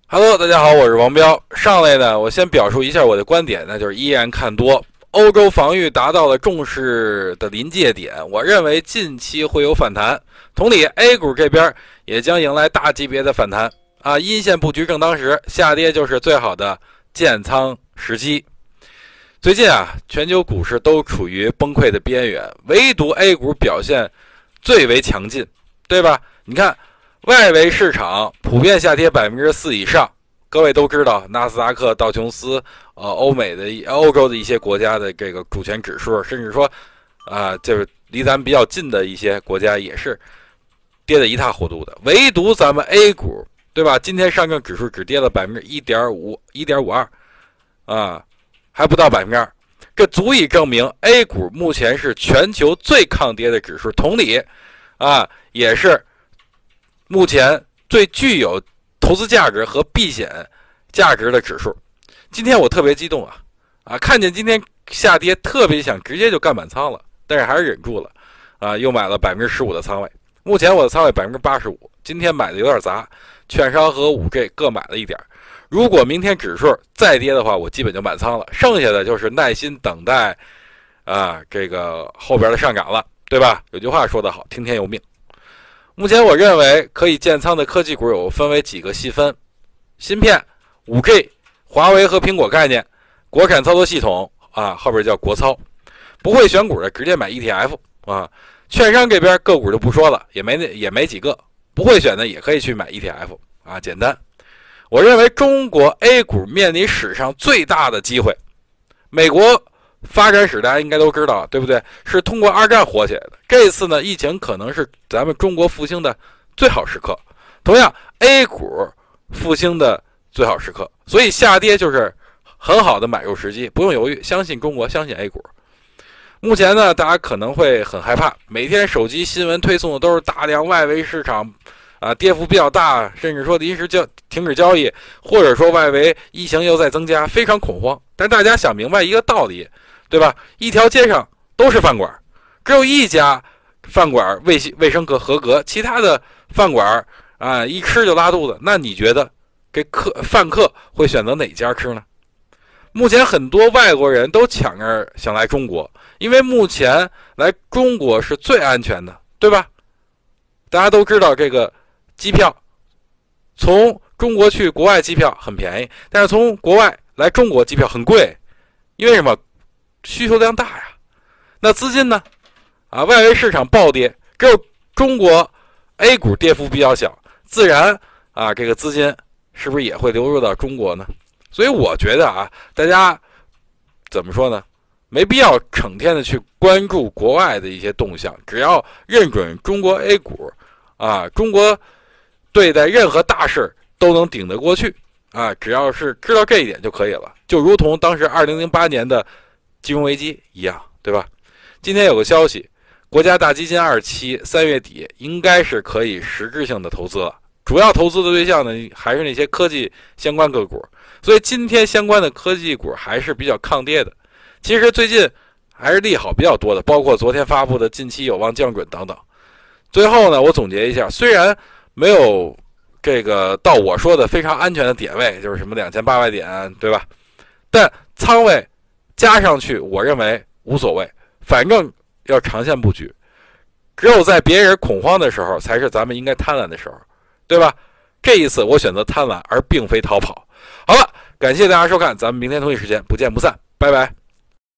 Hello，大家好，我是王彪。上来呢，我先表述一下我的观点，那就是依然看多。欧洲防御达到了重视的临界点，我认为近期会有反弹。同理 ，A 股这边也将迎来大级别的反弹啊！阴线布局正当时，下跌就是最好的建仓时机。最近啊，全球股市都处于崩溃的边缘，唯独 A 股表现最为强劲，对吧？你看。外围市场普遍下跌4%以上，各位都知道，纳斯达克、道琼斯、欧洲的一些国家的这个主权指数，甚至说，就是离咱们比较近的一些国家也是跌得一塌糊涂的。唯独咱们 A 股，对吧？今天上证指数只跌了1.52%，还不到2%，这足以证明 A 股目前是全球最抗跌的指数。同理，也是。目前最具有投资价值和避险价值的指数。今天我特别激动看见今天下跌，特别想直接就干满仓了，但是还是忍住了又买了15%的仓位。目前我的仓位85%，今天买的有点杂，券商和5G 各买了一点。如果明天指数再跌的话，我基本就满仓了，剩下的就是耐心等待这个后边的上涨了，对吧？有句话说得好，听天由命。目前我认为可以建仓的科技股有分为几个细分：芯片、5G、华为和苹果概念、国产操作系统后边叫国操。不会选股的直接买 ETF 券商这边个股就不说了，也没几个，不会选的也可以去买 ETF 简单。我认为中国 A 股面临史上最大的机会。美国发展史大家应该都知道，对不对？是通过二战火起来的。这次呢，疫情可能是咱们中国复兴的最好时刻。同样 ，A 股复兴的最好时刻，所以下跌就是很好的买入时机，不用犹豫，相信中国，相信 A 股。目前呢，大家可能会很害怕，每天手机新闻推送的都是大量外围市场跌幅比较大，甚至说临时停止交易，或者说外围疫情又在增加，非常恐慌。但大家想明白一个道理。对吧？一条街上都是饭馆，只有一家饭馆卫生合格，其他的饭馆一吃就拉肚子。那你觉得这饭客会选择哪家吃呢？目前很多外国人都抢着想来中国，因为目前来中国是最安全的，对吧？大家都知道这个机票，从中国去国外机票很便宜，但是从国外来中国机票很贵，因为什么？需求量大呀，那资金呢？外围市场暴跌，只有中国 A 股跌幅比较小，自然这个资金是不是也会流入到中国呢？所以我觉得大家怎么说呢？没必要整天的去关注国外的一些动向，只要认准中国 A 股中国对待任何大事都能顶得过去只要是知道这一点就可以了。就如同当时2008年的金融危机一样，对吧？今天有个消息，国家大基金2期3月底应该是可以实质性的投资了。主要投资的对象呢，还是那些科技相关个股，所以今天相关的科技股还是比较抗跌的。其实最近还是利好比较多的，包括昨天发布的近期有望降准等等。最后呢，我总结一下，虽然没有这个到我说的非常安全的点位，就是什么2800点，对吧？但仓位加上去，我认为无所谓，反正要长线布局。只有在别人恐慌的时候，才是咱们应该贪婪的时候，对吧？这一次我选择贪婪，而并非逃跑。好了，感谢大家收看，咱们明天同一时间不见不散，拜拜。